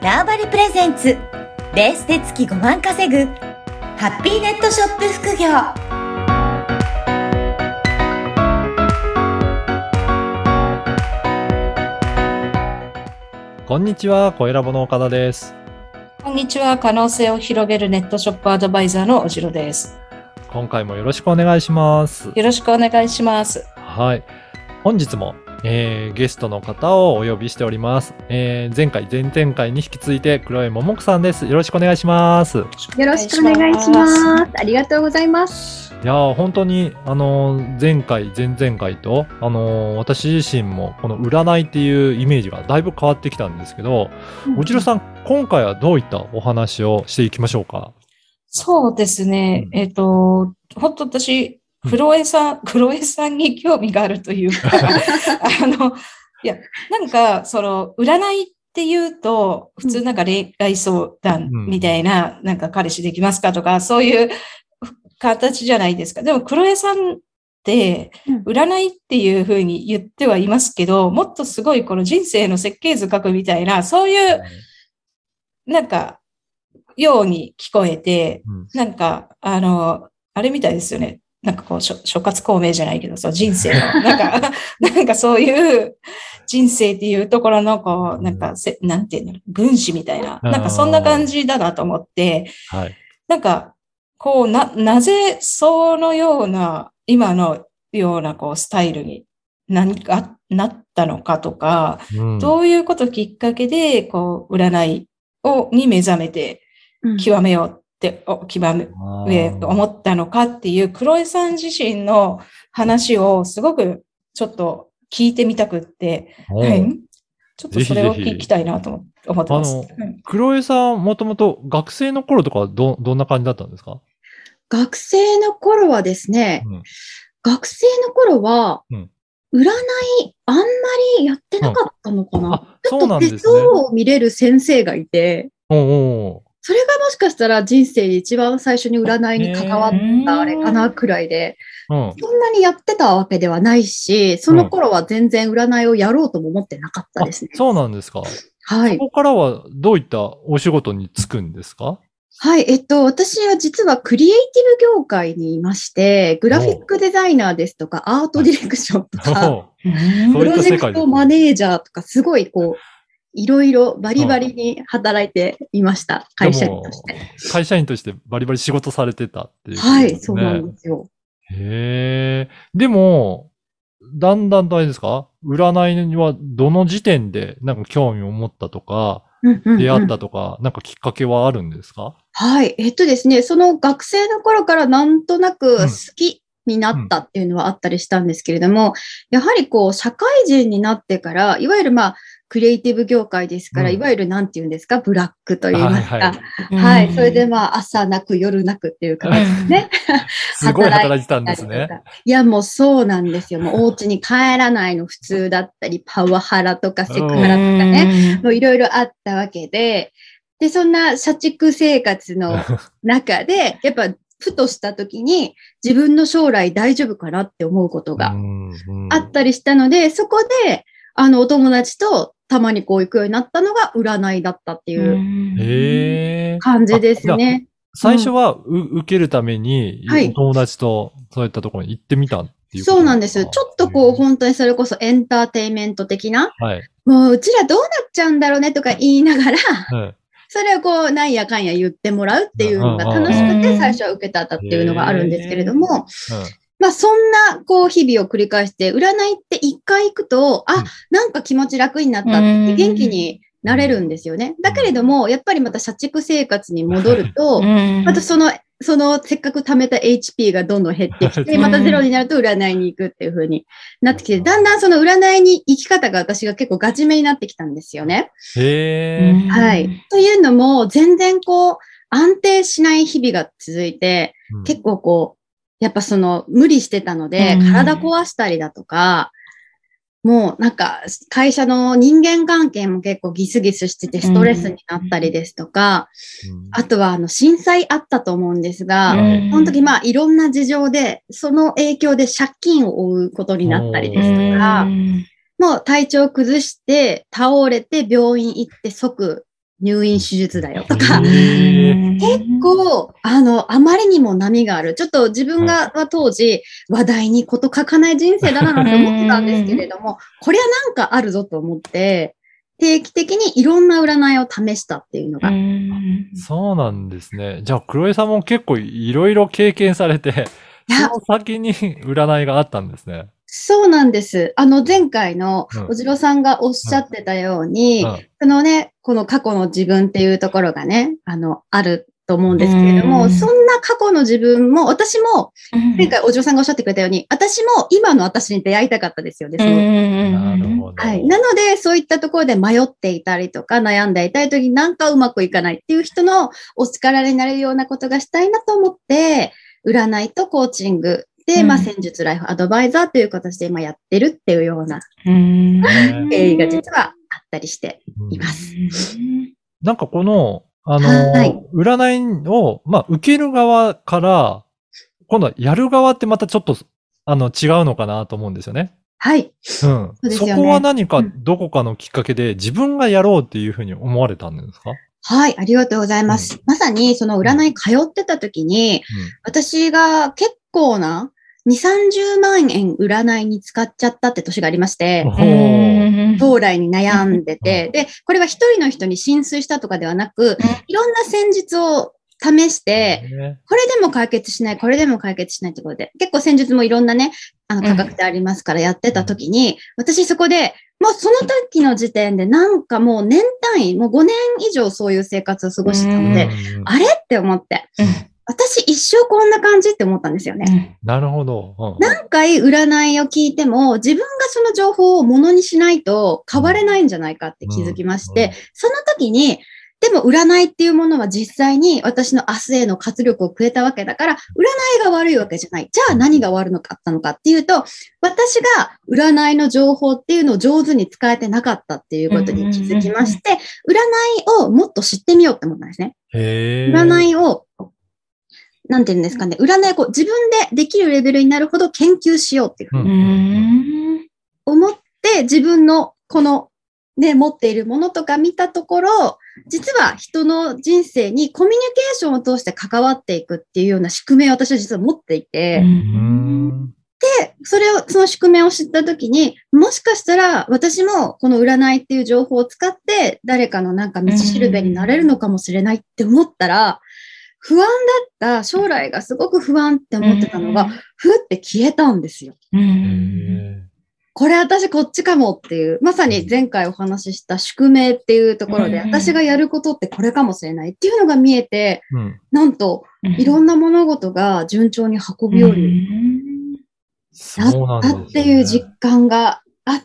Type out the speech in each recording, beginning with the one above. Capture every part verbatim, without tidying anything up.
ターバリプレゼンツベースで月ごまん稼ぐハッピーネットショップ副業。 こんにちは、声ラボの岡田です。 こんにちは、可能性を広げるネットショップアドバイザーのおじろです。 今回もよろしくお願いします。 よろしくお願いします。 はい。本日も、えー、ゲストの方をお呼びしております。えー、前回、前々回に引き続いて黒江桃子さんです。よろしくお願いします。よろしくお願いします。ありがとうございます。 いやー、本当に、あのー、前回、前々回と、あのー、私自身もこの占いっていうイメージがだいぶ変わってきたんですけど、おじろさん、今回はどういったお話をしていきましょうか？ そうですね。うん、えっと、本当私、黒江さん、黒江さんに興味があるというか、あの、いや、なんか、その、占いっていうと、普通なんか恋愛相談みたいな、うん、なんか彼氏できますかとか、そういう形じゃないですか。でも、黒江さんって、占いっていうふうに言ってはいますけど、もっとすごいこの人生の設計図書くみたいな、そういう、なんか、ように聞こえて、なんか、あの、あれみたいですよね。なんかこう、諸葛孔明じゃないけど、そう、人生の、なんか、なんかそういう人生っていうところの、こう、なんか、せなんていうの、軍師みたいな、なんかそんな感じだなと思って、はい、なんか、こう、な、なぜそのような、今のような、こう、スタイルに何かなったのかとか、うん、どういうこときっかけで、こう、占いを、に目覚めて、極めようって極め思ったのかっていう黒江さん自身の話をすごくちょっと聞いてみたくって、はい、ちょっとそれを聞きたいなと思ってます。 あの、黒江さんもともと学生の頃とかはどどんな感じだったんですか？ 学生の頃はですね、うん、学生の頃は、うん占いあんまりやってなかったのかな、うん、ちょっと手相を見れる先生がいて、おうおうそれがもしかしたら人生で一番最初に占いに関わったあれかなくらいで、うん、そんなにやってたわけではないし、その頃は全然占いをやろうとも思ってなかったですね。 うん、そうなんですか。はい。そこからはどういったお仕事に就くんですか？ はい。えっと、私は実はクリエイティブ業界にいまして、グラフィックデザイナーですとか、アートディレクションとか、プロジェクトマネージャーとか、すごいこう、いろいろバリバリに働いていました。会社員として。 会社員としてバリバリ仕事されてたっていう、ね。 はい、そうなんですよ。 へえ。でも、だんだんとあれですか？占いにはどの時点でなんか興味を持ったとか、うんうんうん、出会ったとか、なんかきっかけはあるんですか？ はい。えっとですね、その学生の頃からなんとなく好きになったっていうのはあったりしたんですけれども、うん、やはりこう、社会人になってから、いわゆるまあ、クリエイティブ業界ですから、うん、いわゆるなんて言うんですか、ブラックと言いますか。はい、はいはい、それでまあ、朝なく夜なくっていう形ですね。 すごい働いてたんですね。 いや、もうそうなんですよ。もうお家に帰らないの普通だったり、パワハラとかセクハラとかね、もういろいろあったわけで、で、そんな社畜生活の中で、やっぱ、ふとした時に自分の将来大丈夫かなって思うことがあったりしたので、そこで、あの、お友達とたまにこう行くようになったのが占いだったっていう感じですね。 最初は、うん、受けるために、お友達とそういったところに行ってみたっていうことですか？ そうなんです。ちょっとこう、本当にそれこそエンターテイメント的な、はい、もううちらどうなっちゃうんだろうねとか言いながら、はい、それをこう、なんやかんや言ってもらうっていうのが楽しくて最初は受けたっていうのがあるんですけれども、まあそんなこう日々を繰り返して、占いって一回行くと、あ、なんか気持ち楽になったって元気になれるんですよね。だけれども、やっぱりまた社畜生活に戻ると、またその、そのせっかく貯めた エイチピー がどんどん減ってきて、またゼロになると占いに行くっていう風になってきて、だんだんその占いに行き方が私が結構ガチめになってきたんですよね。 へー。 はい。というのも、全然こう、安定しない日々が続いて、うん、結構こう、やっぱその無理してたので、体壊したりだとか、もうなんか会社の人間関係も結構ギスギスしててストレスになったりですとか、あとはあの震災あったと思うんですが、その時まあいろんな事情で、その影響で借金を負うことになったりですとか、もう体調崩して倒れて病院行って即入院手術だよとか、結構、あの、あまりにも波がある。ちょっと自分が、は当時、話題にこと書かない人生だなと思ってたんですけれども、こりゃなんかあるぞと思って、定期的にいろんな占いを試したっていうのが。 そうなんですね。じゃあ、黒江さんも結構いろいろ経験されて、その先に占いがあったんですね。 そうなんです。あの、前回のおじろさんがおっしゃってたように、うんうん、そのね、この過去の自分っていうところがね、あの、あると思うんですけれども、そんな過去の自分も、私も、前回おじろさんがおっしゃってくれたように、私も今の私に出会いたかったですよね。 なるほど。 はい。なので、そういったところで迷っていたりとか、悩んでいたりときになんかうまくいかないっていう人のお力になれるようなことがしたいなと思って、占いとコーチング、で、まあ、戦術ライフアドバイザーという形で今やってるっていうような経緯が実はあったりしています。 なんかこの、あのーはい、占いを、まあ、受ける側から、今度はやる側ってまたちょっと、あの、違うのかなと思うんですよね。 はい。うん。 そ, そこは何か、どこかのきっかけで自分がやろうっていうふうに思われたんですか？ はい、ありがとうございます。うん、まさに、その占い通ってた時に、うん、私が結構な、にじゅう、さんじゅうまんえん占いに使っちゃったって年がありまして、将来に悩んでて、で、これは一人の人に浸水したとかではなく、いろんな戦術を試して、これでも解決しない、これでも解決しないってことで、結構戦術もいろんなね、あの価格でありますからやってた時に、私そこで、もうその時の時点でなんかもう年単位、もうごねん以上そういう生活を過ごしてたので、あれって思って、私一生こんな感じって思ったんですよね。 なるほど。うん、 何回占いを聞いても自分がその情報をものにしないと変われないんじゃないかって気づきまして、うんうん、その時に、でも占いっていうものは実際に私の明日への活力をくれたわけだから、占いが悪いわけじゃない。じゃあ何が悪かったのかっていうと、私が占いの情報っていうのを上手に使えてなかったっていうことに気づきまして、占いをもっと知ってみようって思ったんですね。 へー。 占いをなんていうんですかね、占いをこう自分でできるレベルになるほど研究しようっていうふうに思って自分のこのね、持っているものとか見たところ、実は人の人生にコミュニケーションを通して関わっていくっていうような宿命を私は実は持っていて、で、それを、その宿命を知ったときに、もしかしたら私もこの占いっていう情報を使って誰かのなんか道しるべになれるのかもしれないって思ったら、不安だった将来がすごく不安って思ってたのが、ふって消えたんですよ。これ私こっちかもっていう、まさに前回お話しした宿命っていうところで、私がやることってこれかもしれないっていうのが見えて、なんといろんな物事が順調に運び寄るようになったっていう実感があって、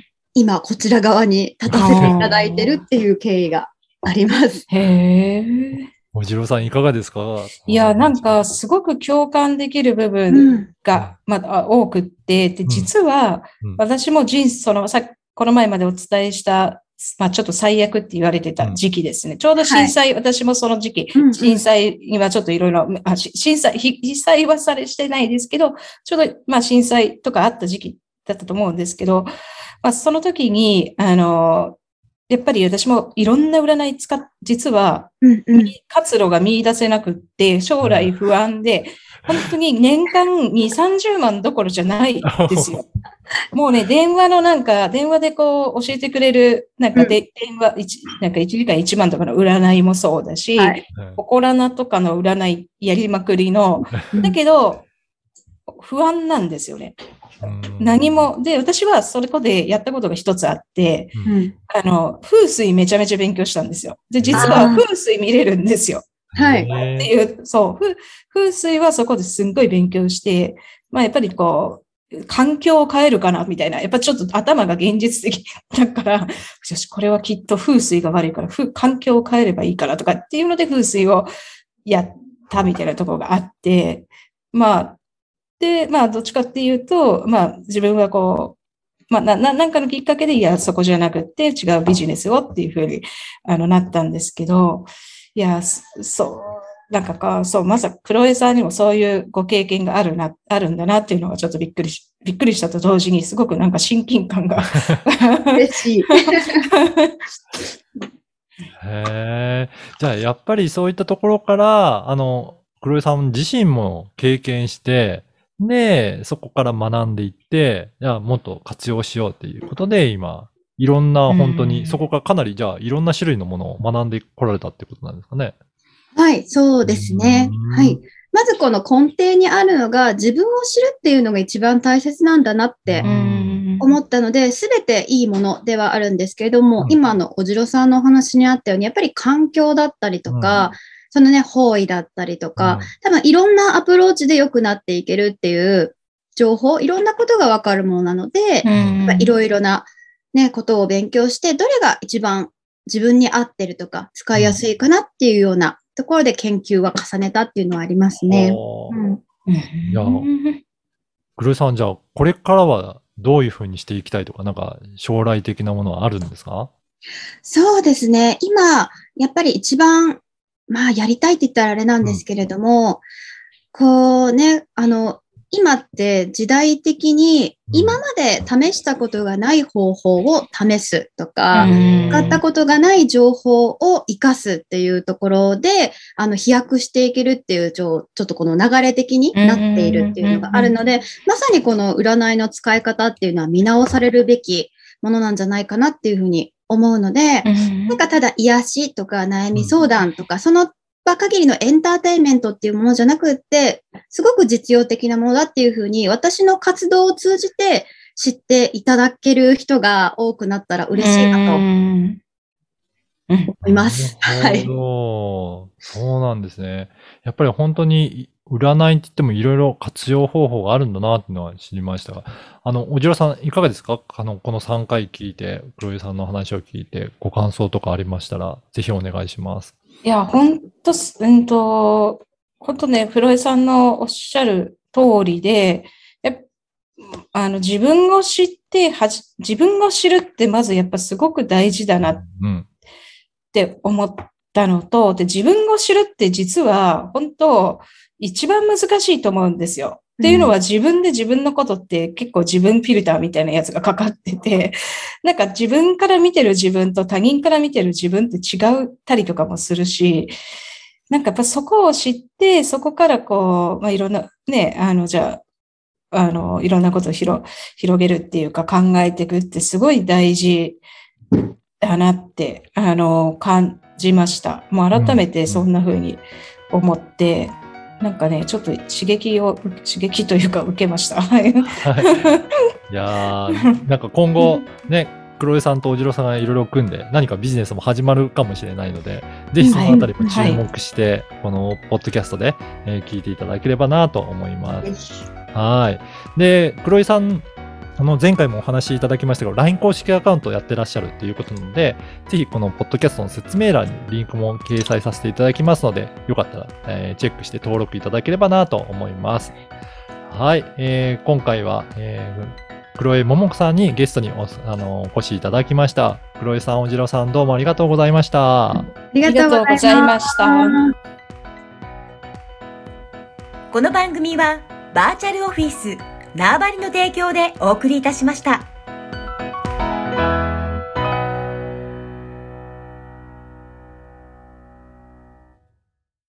今こちら側に立たせていただいてるっていう経緯があります。 へー。 おじろさんいかがですか？ いや、なんかすごく共感できる部分がまだ多くって、で、実は私も人生、そのさ、この前までお伝えした、まあちょっと最悪って言われてた時期ですね。ちょうど震災、はい、私もその時期、震災にはちょっといろいろ、震災、被災はされしてないですけど、ちょうどまあ震災とかあった時期だったと思うんですけど、まあその時に、あの、やっぱり私もいろんな占い使っ、実は、活路が見出せなくって、将来不安で、本当に年間に、さんじゅうまんどころじゃないですよ。もうね、電話のなんか、電話でこう教えてくれる、なんかで、電話、なんかいちじかんいちまんとかの占いもそうだし、ココラナとかの占いやりまくりの、だけど、不安なんですよね。何も、で、私はそれこでやったことが一つあって、うん、あの、風水めちゃめちゃ勉強したんですよ。で、実は風水見れるんですよ。 はい。 っていう、そう、風水はそこですんごい勉強して、まあやっぱりこう、環境を変えるかな、みたいな。やっぱちょっと頭が現実的だから、よし、これはきっと風水が悪いから、環境を変えればいいからとかっていうので風水をやったみたいなところがあって、まあ、で、まあ、どっちかっていうと、まあ、自分はこう、まあ、な、なんかのきっかけで、いや、そこじゃなくて、違うビジネスをっていうふうに、あの、なったんですけど、いや、そう、なんかか、そう、まさか、黒江さんにもそういうご経験があるな、あるんだなっていうのがちょっとびっくりし、びっくりしたと同時に、すごくなんか親近感が。 嬉しい。 へえ。じゃあ、やっぱりそういったところから、あの、黒井さん自身も経験して、で、そこから学んでいって、じゃあもっと活用しようっていうことで、今、いろんな本当に、そこからかなり、じゃあ、いろんな種類のものを学んでこられたってことなんですかね。 はい、そうですね。はい。まずこの根底にあるのが、自分を知るっていうのが一番大切なんだなって思ったので、すべていいものではあるんですけれども、うん、今のおじろさんのお話にあったように、やっぱり環境だったりとか、うん、そのね、方位だったりとか、うん、多分いろんなアプローチで良くなっていけるっていう情報、いろんなことがわかるものなので、いろいろなね、ことを勉強して、どれが一番自分に合ってるとか、使いやすいかなっていうようなところで研究は重ねたっていうのはありますね。うん、 いや、黒井さん、じゃあ、これからはどういうふうにしていきたいとか、なんか将来的なものはあるんですか？ そうですね。今、やっぱり一番、まあ、やりたいって言ったらあれなんですけれども、うん、こうね、あの、今って時代的に今まで試したことがない方法を試すとか、使ったことがない情報を活かすっていうところで、あの、飛躍していけるっていうちょ、ちょっとこの流れ的になっているっていうのがあるので、まさにこの占いの使い方っていうのは見直されるべきものなんじゃないかなっていうふうに思うので、なんかただ癒しとか悩み相談とか、その限りのエンターテインメントっていうものじゃなくって、すごく実用的なものだっていうふうに、私の活動を通じて知っていただける人が多くなったら嬉しいなと思います。 なるほど。そうなんですね。やっぱり本当に占いって言ってもいろいろ活用方法があるんだなっていうのは知りましたが、あの、おじろさんいかがですか？あの、このさんかい聞いて、黒井さんの話を聞いて、ご感想とかありましたら、ぜひお願いします。 いや、ほんと、うんと、ほんとね、黒井さんのおっしゃる通りで、あの、自分を知ってはじ、自分を知るってまずやっぱすごく大事だなって思ったのと、うん、で、自分を知るって実は本当一番難しいと思うんですよ。っていうのは自分で自分のことって結構自分フィルターみたいなやつがかかってて、なんか自分から見てる自分と他人から見てる自分って違ったりとかもするし、なんかやっぱそこを知って、そこからこう、まあ、いろんなね、あの、じゃあ、あの、いろんなことを広、広げるっていうか考えていくってすごい大事だなって、あの、感じました。もう改めてそんな風に思って、うんうんなんかね、ちょっと刺激を、刺激というか受けました。はい。いやー、なんか今後ね、黒井さんとおじろさんがいろいろ組んで何かビジネスも始まるかもしれないので、ぜひそのあたりも注目して、はいはい、このポッドキャストで、えー、聞いていただければなと思います。はい。で、黒井さん、あの前回もお話しいただきましたが、ライン 公式アカウントをやってらっしゃるということなので、ぜひこのポッドキャストの説明欄にリンクも掲載させていただきますので、よかったら、えー、チェックして登録いただければなと思います。はい。えー、今回は、えー、黒江桃子さんにゲストに お, あのお越しいただきました。黒江さん、おじろさん、どうもありがとうございました。 ありがとうございました。 この番組はバーチャルオフィス縄張りの提供でお送りいたしました。